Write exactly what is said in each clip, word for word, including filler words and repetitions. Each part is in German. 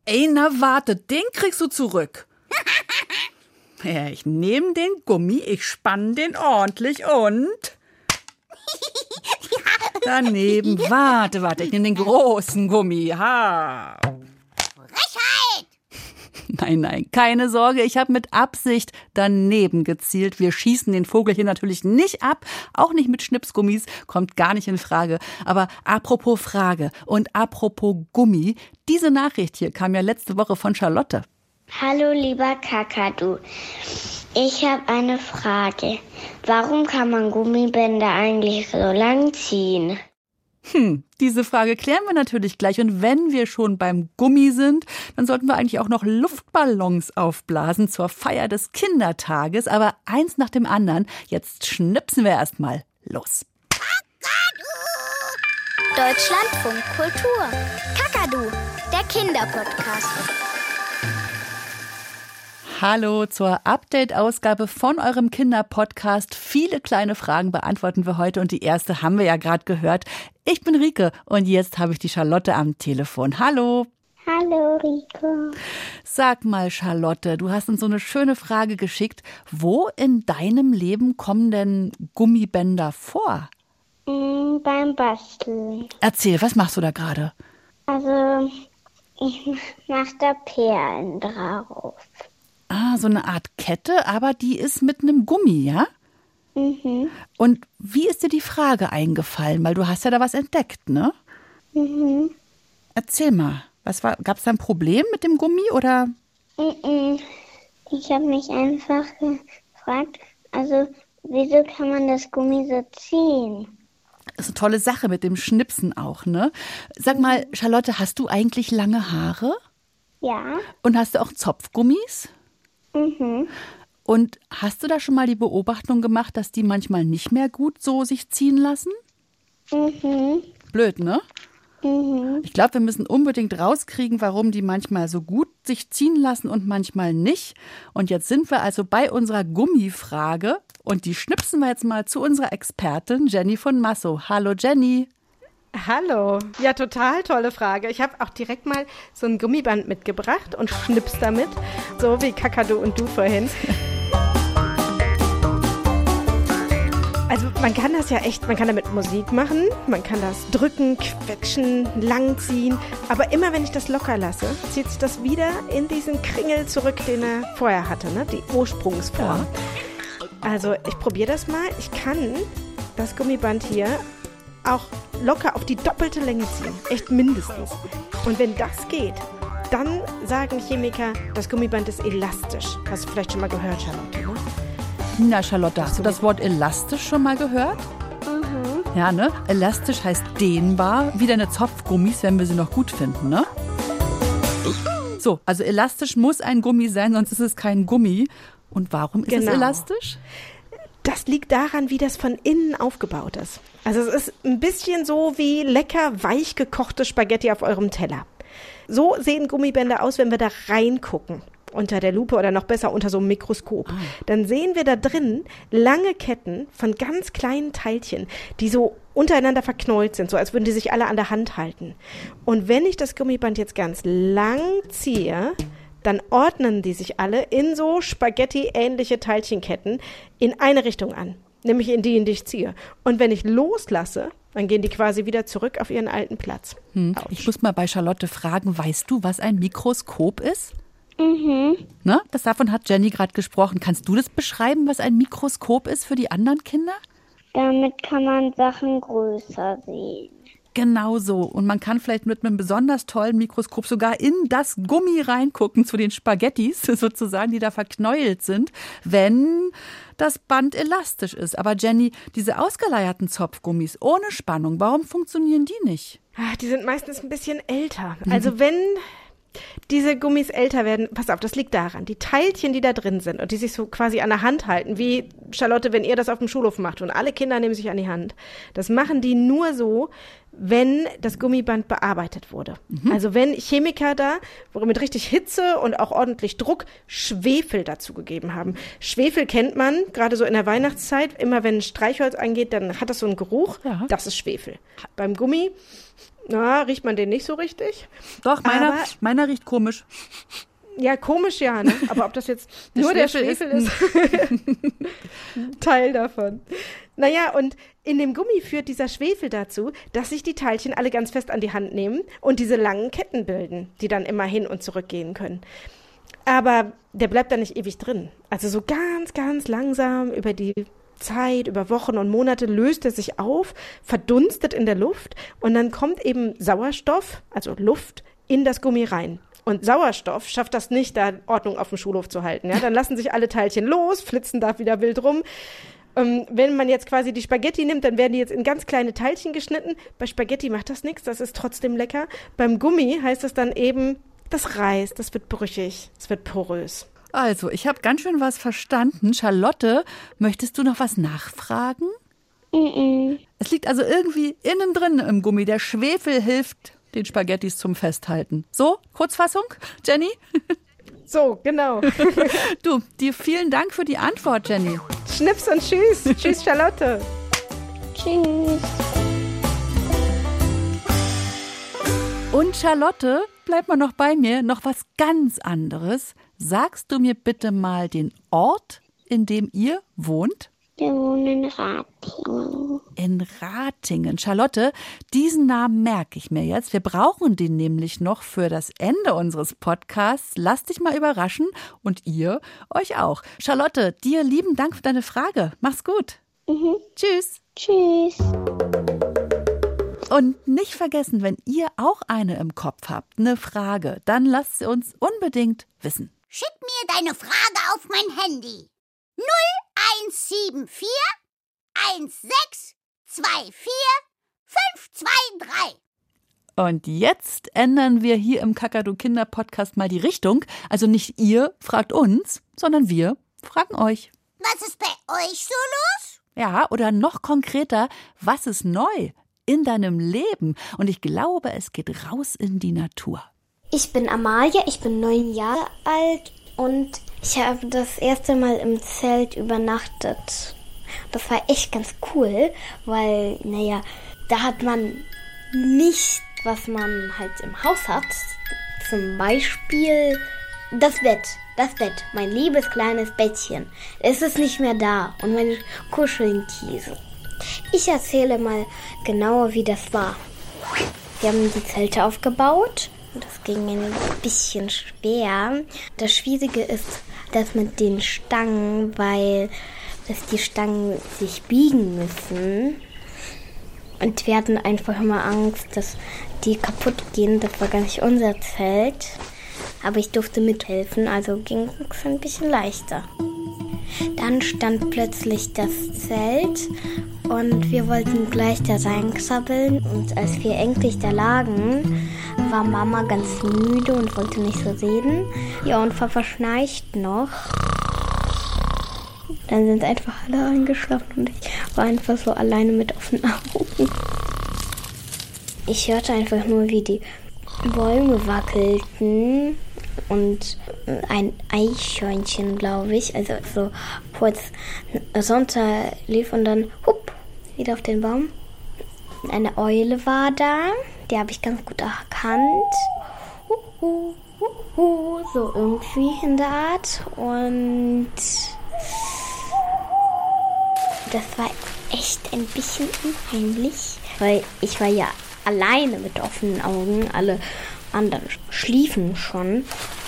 Ey, na warte, den kriegst du zurück. Ja, ich nehme den Gummi, ich spann den ordentlich und... Daneben, warte, warte, ich nehme den großen Gummi. Ha. Frechheit! Nein, nein, keine Sorge, ich habe mit Absicht daneben gezielt. Wir schießen den Vogel hier natürlich nicht ab, auch nicht mit Schnipsgummis, kommt gar nicht in Frage. Aber apropos Frage und apropos Gummi, diese Nachricht hier kam ja letzte Woche von Charlotte. Hallo lieber Kakadu, ich habe eine Frage. Warum kann man Gummibänder eigentlich so lang ziehen? Hm, diese Frage klären wir natürlich gleich. Und wenn wir schon beim Gummi sind, dann sollten wir eigentlich auch noch Luftballons aufblasen zur Feier des Kindertages. Aber eins nach dem anderen, jetzt schnipsen wir erstmal los. Deutschlandfunk Kultur. Kakadu, der Kinderpodcast. Hallo zur Update-Ausgabe von eurem Kinderpodcast. Viele kleine Fragen beantworten wir heute und die erste haben wir ja gerade gehört. Ich bin Rike und jetzt habe ich die Charlotte am Telefon. Hallo. Hallo Rike. Sag mal Charlotte, du hast uns so eine schöne Frage geschickt. Wo in deinem Leben kommen denn Gummibänder vor? Mm, beim Basteln. Erzähl, was machst du da gerade? Also, ich mache da Perlen drauf. Ah, so eine Art Kette, aber die ist mit einem Gummi, ja? Mhm. Und wie ist dir die Frage eingefallen? Weil du hast ja da was entdeckt, ne? Mhm. Erzähl mal, was war, gab es da ein Problem mit dem Gummi oder? Mhm. Ich habe mich einfach gefragt, also wieso kann man das Gummi so ziehen? Das ist eine tolle Sache mit dem Schnipsen auch, ne? Sag mal, Charlotte, hast du eigentlich lange Haare? Ja. Und hast du auch Zopfgummis? Mhm. Und hast du da schon mal die Beobachtung gemacht, dass die manchmal nicht mehr gut so sich ziehen lassen? Mhm. Blöd, ne? Mhm. Ich glaube, wir müssen unbedingt rauskriegen, warum die manchmal so gut sich ziehen lassen und manchmal nicht. Und jetzt sind wir also bei unserer Gummifrage und die schnipsen wir jetzt mal zu unserer Expertin Jenny von Massow. Hallo Jenny. Hallo. Ja, total tolle Frage. Ich habe auch direkt mal so ein Gummiband mitgebracht und schnips damit, so wie Kakadu und du vorhin. Also man kann das ja echt, man kann damit Musik machen, man kann das drücken, quetschen, langziehen, aber immer wenn ich das locker lasse, zieht sich das wieder in diesen Kringel zurück, den er vorher hatte, ne? Die Ursprungsform. Ja. Also ich probiere das mal. Ich kann das Gummiband hier auch locker auf die doppelte Länge ziehen. Echt mindestens. Und wenn das geht, dann sagen Chemiker, das Gummiband ist elastisch. Hast du vielleicht schon mal gehört, Charlotte, ne? Na, Charlotte, hast du das Wort elastisch schon mal gehört? Mhm. Ja, ne? Elastisch heißt dehnbar, wie deine Zopfgummis, wenn wir sie noch gut finden, ne? So, also elastisch muss ein Gummi sein, sonst ist es kein Gummi. Und warum ist Genau. es elastisch? Das liegt daran, wie das von innen aufgebaut ist. Also es ist ein bisschen so wie lecker weich gekochte Spaghetti auf eurem Teller. So sehen Gummibänder aus, wenn wir da reingucken. Unter der Lupe oder noch besser unter so einem Mikroskop. Ah. Dann sehen wir da drin lange Ketten von ganz kleinen Teilchen, die so untereinander verknäult sind, so als würden die sich alle an der Hand halten. Und wenn ich das Gummiband jetzt ganz lang ziehe, dann ordnen die sich alle in so Spaghetti-ähnliche Teilchenketten in eine Richtung an, nämlich in die, in die ich ziehe. Und wenn ich loslasse, dann gehen die quasi wieder zurück auf ihren alten Platz. Hm. Ich muss mal bei Charlotte fragen, weißt du, was ein Mikroskop ist? Mhm. Ne? Das, davon hat Jenny gerade gesprochen. Kannst du das beschreiben, was ein Mikroskop ist für die anderen Kinder? Damit kann man Sachen größer sehen. Genau so. Und man kann vielleicht mit einem besonders tollen Mikroskop sogar in das Gummi reingucken, zu den Spaghettis sozusagen, die da verknäult sind, wenn das Band elastisch ist. Aber Jenny, diese ausgeleierten Zopfgummis ohne Spannung, warum funktionieren die nicht? Ach, die sind meistens ein bisschen älter. Also wenn diese Gummis älter werden, pass auf, das liegt daran, die Teilchen, die da drin sind und die sich so quasi an der Hand halten, wie Charlotte, wenn ihr das auf dem Schulhof macht und alle Kinder nehmen sich an die Hand, das machen die nur so, wenn das Gummiband bearbeitet wurde. Mhm. Also wenn Chemiker da, mit richtig Hitze und auch ordentlich Druck, Schwefel dazu gegeben haben. Schwefel kennt man, gerade so in der Weihnachtszeit, immer wenn Streichholz angeht, dann hat das so einen Geruch, ja. Das ist Schwefel. Beim Gummi Na, riecht man den nicht so richtig? Doch, meiner, Aber- meiner riecht komisch. Ja, komisch ja, ne? Aber ob das jetzt Der nur der Schwefel Schwefel ist, Teil davon. Naja, und in dem Gummi führt dieser Schwefel dazu, dass sich die Teilchen alle ganz fest an die Hand nehmen und diese langen Ketten bilden, die dann immer hin und zurück gehen können. Aber der bleibt da nicht ewig drin. Also so ganz, ganz langsam über die Zeit, über Wochen und Monate löst er sich auf, verdunstet in der Luft und dann kommt eben Sauerstoff, also Luft, in das Gummi rein. Und Sauerstoff schafft das nicht, da Ordnung auf dem Schulhof zu halten. Ja? Dann lassen sich alle Teilchen los, flitzen da wieder wild rum. Ähm, wenn man jetzt quasi die Spaghetti nimmt, dann werden die jetzt in ganz kleine Teilchen geschnitten. Bei Spaghetti macht das nichts, das ist trotzdem lecker. Beim Gummi heißt es dann eben, das reißt, das wird brüchig, es wird porös. Also, ich habe ganz schön was verstanden. Charlotte, möchtest du noch was nachfragen? Mm-mm. Es liegt also irgendwie innen drin im Gummi. Der Schwefel hilft den Spaghettis zum Festhalten. So, Kurzfassung, Jenny? So, genau. Du, dir vielen Dank für die Antwort, Jenny. Schnips und tschüss. Tschüss, Charlotte. Tschüss. Und Charlotte, bleib mal noch bei mir, noch was ganz anderes. Sagst du mir bitte mal den Ort, in dem ihr wohnt? Wir wohnen in Ratingen. In Ratingen. Charlotte, diesen Namen merke ich mir jetzt. Wir brauchen den nämlich noch für das Ende unseres Podcasts. Lass dich mal überraschen und ihr euch auch. Charlotte, dir lieben Dank für deine Frage. Mach's gut. Mhm. Tschüss. Tschüss. Und nicht vergessen, wenn ihr auch eine im Kopf habt, eine Frage, dann lasst sie uns unbedingt wissen. Schick mir deine Frage auf mein Handy. null eins sieben vier eins sechs zwei vier fünf zwei drei. Und jetzt ändern wir hier im Kakadu-Kinder-Podcast mal die Richtung. Also nicht ihr fragt uns, sondern wir fragen euch. Was ist bei euch so los? Ja, oder noch konkreter, was ist neu in deinem Leben? Und ich glaube, es geht raus in die Natur. Ich bin Amalia, ich bin neun Jahre alt und ich habe das erste Mal im Zelt übernachtet. Das war echt ganz cool, weil, naja, da hat man nicht, was man halt im Haus hat. Zum Beispiel das Bett. Das Bett, mein liebes kleines Bettchen. Es ist nicht mehr da und meine Kuscheltiere. Ich erzähle mal genauer, wie das war. Wir haben die Zelte aufgebaut. Das ging ein bisschen schwer. Das Schwierige ist, dass mit den Stangen, weil dass die Stangen sich biegen müssen. Und wir hatten einfach immer Angst, dass die kaputt gehen. Das war gar nicht unser Zelt. Aber ich durfte mithelfen, also ging es ein bisschen leichter. Dann stand plötzlich das Zelt und wir wollten gleich da reinkrabbeln. Und als wir endlich da lagen, war Mama ganz müde und wollte nicht so reden. Ja, und Papa schnarcht noch. Dann sind einfach alle eingeschlafen und ich war einfach so alleine mit offenen Augen. Ich hörte einfach nur, wie die Bäume wackelten und ein Eichhörnchen, glaube ich, also so kurz runter lief und dann hup, wieder auf den Baum. Eine Eule war da, die habe ich ganz gut erkannt. Huhu, huhu, so irgendwie in der Art. Und das war echt ein bisschen unheimlich, weil ich war ja alleine mit offenen Augen, alle anderen schliefen schon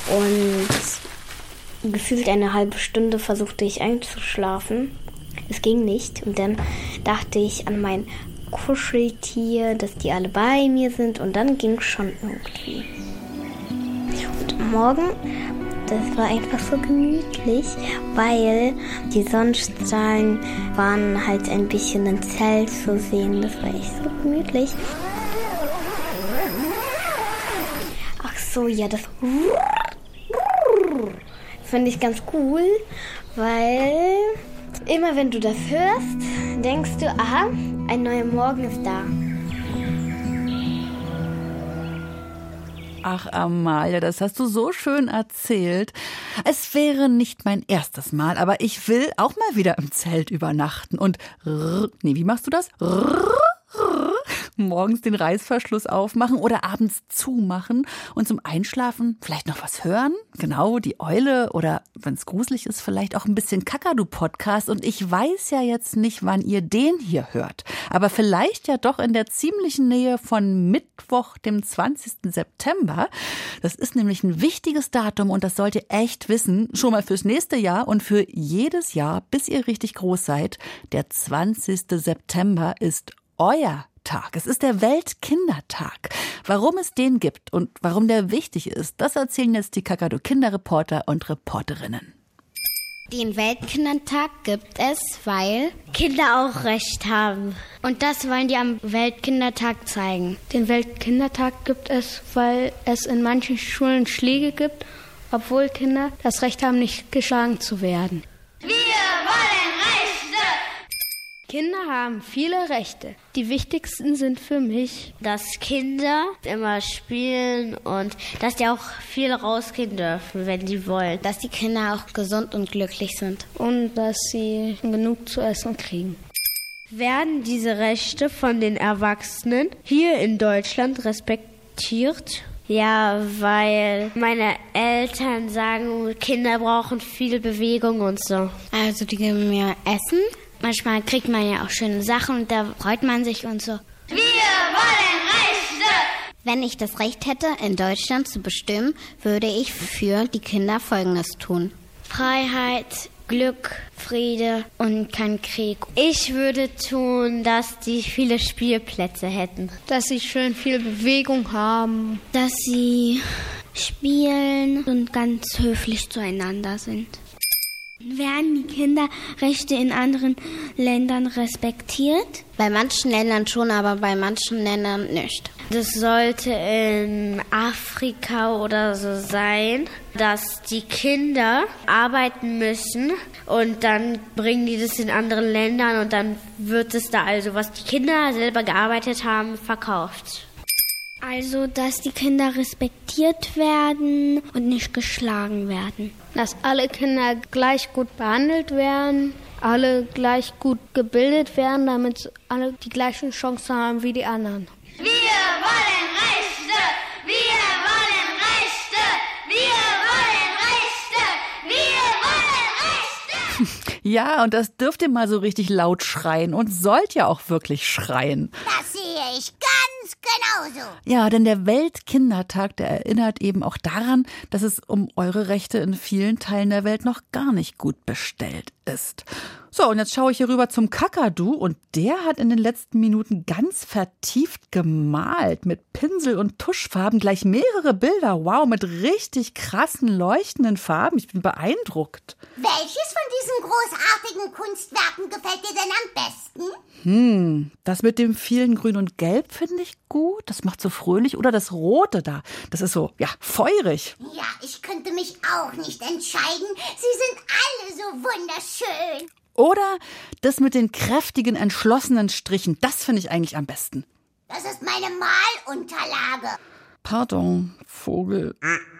und gefühlt eine halbe Stunde versuchte ich einzuschlafen. Es ging nicht und dann dachte ich an mein Kuscheltier, dass die alle bei mir sind und dann ging es schon irgendwie. Und morgen, das war einfach so gemütlich, weil die Sonnenstrahlen waren halt ein bisschen im Zelt zu sehen. Das war echt so gemütlich. Ach so, ja, das finde ich ganz cool, weil immer wenn du das hörst, denkst du, aha, ein neuer Morgen ist da. Ach, Amalia, das hast du so schön erzählt. Es wäre nicht mein erstes Mal, aber ich will auch mal wieder im Zelt übernachten. Und rrr, nee, wie machst du das? Rrr, rrr. Morgens den Reißverschluss aufmachen oder abends zumachen und zum Einschlafen vielleicht noch was hören. Genau, die Eule oder, wenn es gruselig ist, vielleicht auch ein bisschen Kakadu-Podcast. Und ich weiß ja jetzt nicht, wann ihr den hier hört. Aber vielleicht ja doch in der ziemlichen Nähe von Mittwoch, dem zwanzigsten September. Das ist nämlich ein wichtiges Datum und das sollt ihr echt wissen. Schon mal fürs nächste Jahr und für jedes Jahr, bis ihr richtig groß seid. Der zwanzigsten September ist euer Tag. Es ist der Weltkindertag. Warum es den gibt und warum der wichtig ist, das erzählen jetzt die Kakadu-Kinderreporter und Reporterinnen. Den Weltkindertag gibt es, weil Kinder auch Recht haben. Und das wollen die am Weltkindertag zeigen. Den Weltkindertag gibt es, weil es in manchen Schulen Schläge gibt, obwohl Kinder das Recht haben, nicht geschlagen zu werden. Wir wollen Rechte! Kinder haben viele Rechte. Die wichtigsten sind für mich, dass Kinder immer spielen und dass die auch viel rausgehen dürfen, wenn sie wollen. Dass die Kinder auch gesund und glücklich sind. Und dass sie genug zu essen kriegen. Werden diese Rechte von den Erwachsenen hier in Deutschland respektiert? Ja, weil meine Eltern sagen, Kinder brauchen viel Bewegung und so. Also die geben mir Essen. Manchmal kriegt man ja auch schöne Sachen und da freut man sich und so. Wir wollen Rechte! Wenn ich das Recht hätte, in Deutschland zu bestimmen, würde ich für die Kinder Folgendes tun. Freiheit, Glück, Friede und kein Krieg. Ich würde tun, dass die viele Spielplätze hätten. dass sie schön viel Bewegung haben. Dass sie spielen und ganz höflich zueinander sind. Werden die Kinderrechte in anderen Ländern respektiert? Bei manchen Ländern schon, aber bei manchen Ländern nicht. Das sollte in Afrika oder so sein, dass die Kinder arbeiten müssen und dann bringen die das in anderen Ländern und dann wird es da also, was die Kinder selber gearbeitet haben, verkauft. Also, dass die Kinder respektiert werden und nicht geschlagen werden. Dass alle Kinder gleich gut behandelt werden, alle gleich gut gebildet werden, damit alle die gleichen Chancen haben wie die anderen. Wir wollen Rechte! Wir wollen Rechte! Wir wollen Rechte! Wir wollen Rechte! Ja, und das dürft ihr mal so richtig laut schreien und sollt ja auch wirklich schreien. Das sehe ich ganz genauso. Ja, denn der Weltkindertag, der erinnert eben auch daran, dass es um eure Rechte in vielen Teilen der Welt noch gar nicht gut bestellt ist. So, und jetzt schaue ich hier rüber zum Kakadu und der hat in den letzten Minuten ganz vertieft gemalt mit Pinsel und Tuschfarben, gleich mehrere Bilder. Wow, mit richtig krassen, leuchtenden Farben. Ich bin beeindruckt. Welches von diesen großartigen Kunstwerken gefällt dir denn am besten? Hm, das mit dem vielen Grün und Gelb finde ich gut. Das macht so fröhlich. Oder das Rote da. Das ist so, ja, feurig. Ja, ich könnte mich auch nicht entscheiden. Sie sind alle so wunderschön. Oder das mit den kräftigen, entschlossenen Strichen. Das finde ich eigentlich am besten. Das ist meine Malunterlage. Pardon, Vogel.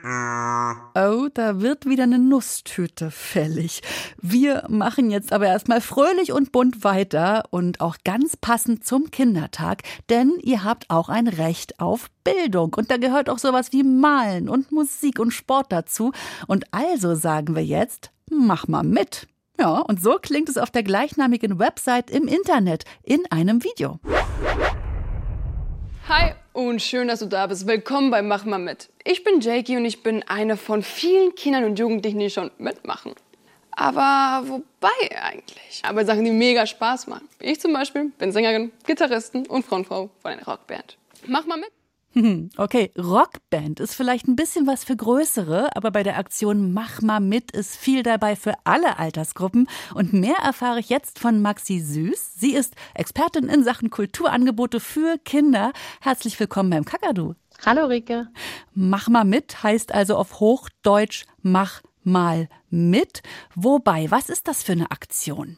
Oh, da wird wieder eine Nusstüte fällig. Wir machen jetzt aber erstmal fröhlich und bunt weiter und auch ganz passend zum Kindertag, denn ihr habt auch ein Recht auf Bildung. Und da gehört auch sowas wie Malen und Musik und Sport dazu. Und also sagen wir jetzt, mach mal mit. Ja, und so klingt es auf der gleichnamigen Website im Internet in einem Video. Hi und schön, dass du da bist. Willkommen bei Mach mal mit. Ich bin Jakey und ich bin eine von vielen Kindern und Jugendlichen, die schon mitmachen. Aber wobei eigentlich? Aber Sachen, die mega Spaß machen. Ich zum Beispiel bin Sängerin, Gitarristin und Frontfrau von einer Rockband. Mach mal mit. Okay, Rockband ist vielleicht ein bisschen was für Größere, aber bei der Aktion Mach mal mit ist viel dabei für alle Altersgruppen. Und mehr erfahre ich jetzt von Maxi Süß. Sie ist Expertin in Sachen Kulturangebote für Kinder. Herzlich willkommen beim Kakadu. Hallo Rike. Mach mal mit heißt also auf Hochdeutsch Mach mal mit. Wobei, was ist das für eine Aktion?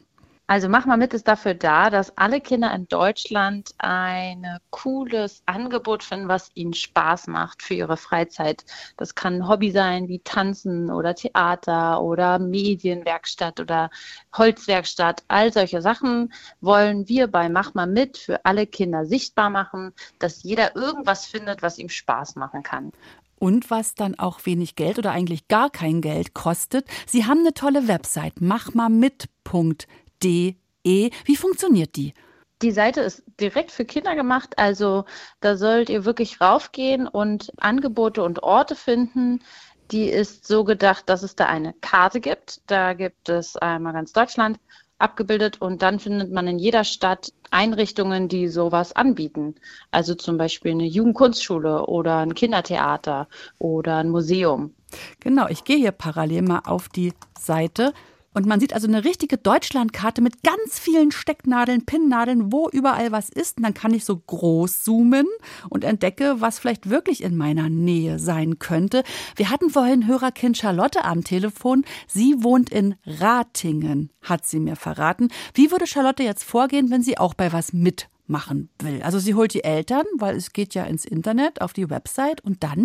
Also Mach mal mit ist dafür da, dass alle Kinder in Deutschland ein cooles Angebot finden, was ihnen Spaß macht für ihre Freizeit. Das kann ein Hobby sein wie Tanzen oder Theater oder Medienwerkstatt oder Holzwerkstatt. All solche Sachen wollen wir bei Mach mal mit für alle Kinder sichtbar machen, dass jeder irgendwas findet, was ihm Spaß machen kann. Und was dann auch wenig Geld oder eigentlich gar kein Geld kostet. Sie haben eine tolle Website, mach mal mit punkt de. Wie funktioniert die? Die Seite ist direkt für Kinder gemacht, also da sollt ihr wirklich raufgehen und Angebote und Orte finden. Die ist so gedacht, dass es da eine Karte gibt. Da gibt es einmal ganz Deutschland abgebildet und dann findet man in jeder Stadt Einrichtungen, die sowas anbieten. Also zum Beispiel eine Jugendkunstschule oder ein Kindertheater oder ein Museum. Genau, ich gehe hier parallel mal auf die Seite. Und man sieht also eine richtige Deutschlandkarte mit ganz vielen Stecknadeln, Pinnnadeln, wo überall was ist. Und dann kann ich so groß zoomen und entdecke, was vielleicht wirklich in meiner Nähe sein könnte. Wir hatten vorhin Hörerkind Charlotte am Telefon. Sie wohnt in Ratingen, hat sie mir verraten. Wie würde Charlotte jetzt vorgehen, wenn sie auch bei was mitmachen will? Also sie holt die Eltern, weil es geht ja ins Internet, auf die Website und dann?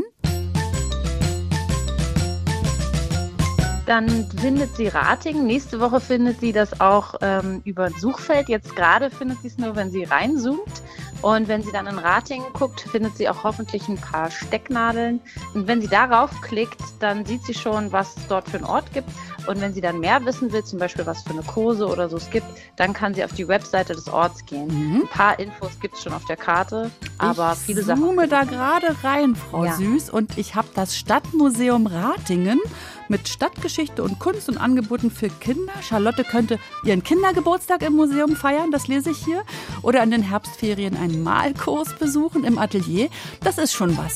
Dann findet sie Ratingen. Nächste Woche findet sie das auch ähm, über ein Suchfeld. Jetzt gerade findet sie es nur, wenn sie reinzoomt. Und wenn sie dann in Ratingen guckt, findet sie auch hoffentlich ein paar Stecknadeln. Und wenn sie darauf klickt, dann sieht sie schon, was es dort für einen Ort gibt. Und wenn sie dann mehr wissen will, zum Beispiel was für eine Kurse oder so es gibt, dann kann sie auf die Webseite des Orts gehen. Mhm. Ein paar Infos gibt es schon auf der Karte, aber ich viele Sachen. Ich zoome da gerade rein, Frau ja. Süß, und ich habe das Stadtmuseum Ratingen mit Stadtgeschichte und Kunst und Angeboten für Kinder. Charlotte könnte ihren Kindergeburtstag im Museum feiern, das lese ich hier. Oder in den Herbstferien einen Malkurs besuchen im Atelier. Das ist schon was.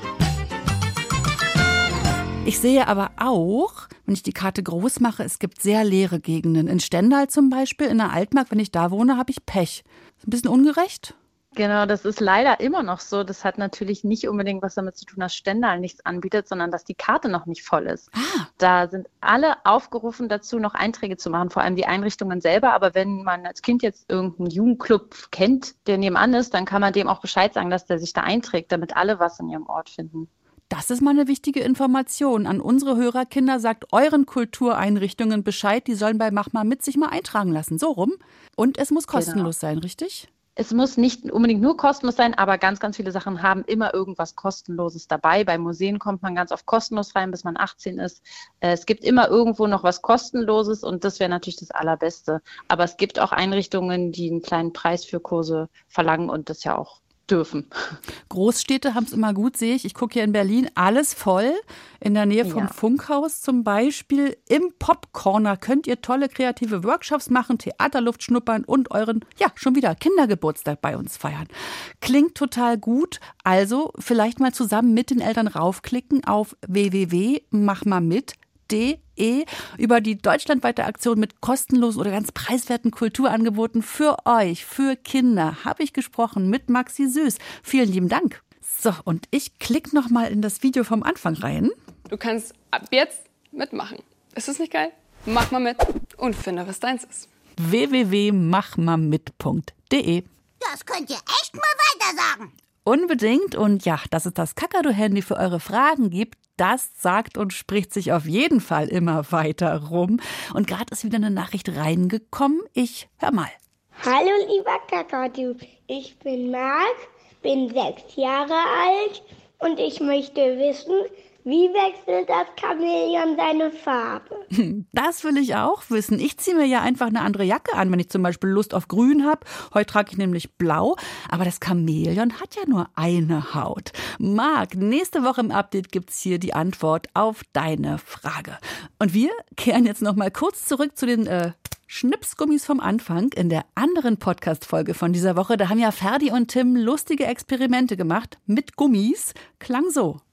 Ich sehe aber auch, wenn ich die Karte groß mache, es gibt sehr leere Gegenden. In Stendal zum Beispiel, in der Altmark, wenn ich da wohne, habe ich Pech. Ist ein bisschen ungerecht. Genau, das ist leider immer noch so. Das hat natürlich nicht unbedingt was damit zu tun, dass Stendal nichts anbietet, sondern dass die Karte noch nicht voll ist. Ah. Da sind alle aufgerufen dazu, noch Einträge zu machen, vor allem die Einrichtungen selber. Aber wenn man als Kind jetzt irgendeinen Jugendclub kennt, der nebenan ist, dann kann man dem auch Bescheid sagen, dass der sich da einträgt, damit alle was in ihrem Ort finden. Das ist mal eine wichtige Information. An unsere Hörerkinder, sagt euren Kultureinrichtungen Bescheid, die sollen bei Mach mal mit sich mal eintragen lassen. So rum. Und es muss kostenlos genau. sein, richtig? Es muss nicht unbedingt nur kostenlos sein, aber ganz, ganz viele Sachen haben immer irgendwas Kostenloses dabei. Bei Museen kommt man ganz oft kostenlos rein, bis man achtzehn ist. Es gibt immer irgendwo noch was Kostenloses und das wäre natürlich das Allerbeste. Aber es gibt auch Einrichtungen, die einen kleinen Preis für Kurse verlangen und das ja auch dürfen. Großstädte haben es immer gut, sehe ich. Ich gucke hier in Berlin, alles voll. In der Nähe vom ja. Funkhaus zum Beispiel. Im Popcorner könnt ihr tolle kreative Workshops machen, Theaterluft schnuppern und euren, ja, schon wieder Kindergeburtstag bei uns feiern. Klingt total gut. Also vielleicht mal zusammen mit den Eltern raufklicken auf w w w punkt mach mal mit punkt de über die deutschlandweite Aktion mit kostenlosen oder ganz preiswerten Kulturangeboten für euch, für Kinder, habe ich gesprochen mit Maxi Süß. Vielen lieben Dank. So, und ich klicke noch mal in das Video vom Anfang rein. Du kannst ab jetzt mitmachen. Ist das nicht geil? Mach mal mit und finde, was deins ist. w w w punkt mach mal mit punkt de. Das könnt ihr echt mal weitersagen. Unbedingt. Und ja, dass es das Kakadu-Handy für eure Fragen gibt, das sagt und spricht sich auf jeden Fall immer weiter rum. Und gerade ist wieder eine Nachricht reingekommen. Ich hör mal. Hallo lieber Kakadu, ich bin Marc, bin sechs Jahre alt und ich möchte wissen, wie wechselt das Chamäleon seine Farbe? Das will ich auch wissen. Ich ziehe mir ja einfach eine andere Jacke an, wenn ich zum Beispiel Lust auf Grün habe. Heute trage ich nämlich Blau. Aber das Chamäleon hat ja nur eine Haut. Marc, nächste Woche im Update gibt's hier die Antwort auf deine Frage. Und wir kehren jetzt noch mal kurz zurück zu den äh, Schnipsgummis vom Anfang. In der anderen Podcast-Folge von dieser Woche, da haben ja Ferdi und Tim lustige Experimente gemacht mit Gummis. Klang so.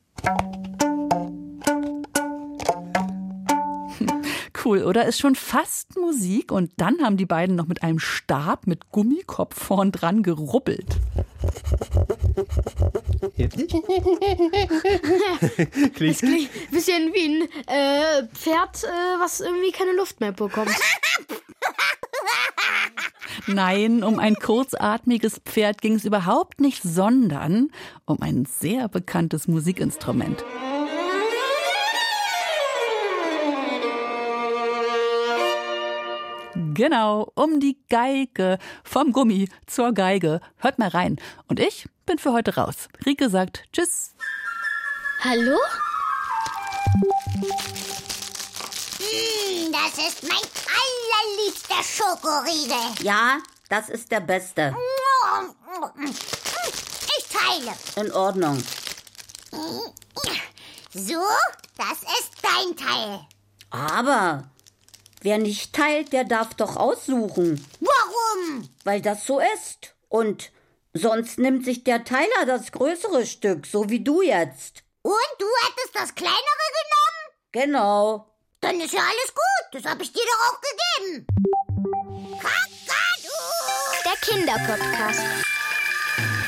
Cool, oder? Ist schon fast Musik. Und dann haben die beiden noch mit einem Stab mit Gummikopf vorn dran gerubbelt. Das klingt ein bisschen wie ein äh, Pferd, äh, was irgendwie keine Luft mehr bekommt. Nein, um ein kurzatmiges Pferd ging es überhaupt nicht, sondern um ein sehr bekanntes Musikinstrument. Genau, um die Geige. Vom Gummi zur Geige. Hört mal rein. Und ich bin für heute raus. Rike sagt Tschüss. Hallo? Mm, das ist mein allerliebster Schokoriegel. Ja, das ist der beste. Ich teile. In Ordnung. So, das ist dein Teil. Aber wer nicht teilt, der darf doch aussuchen. Warum? Weil das so ist. Und sonst nimmt sich der Teiler das größere Stück, so wie du jetzt. Und du hättest das kleinere genommen? Genau. Dann ist ja alles gut. Das habe ich dir doch auch gegeben. Kakadu! Der Kinderpodcast.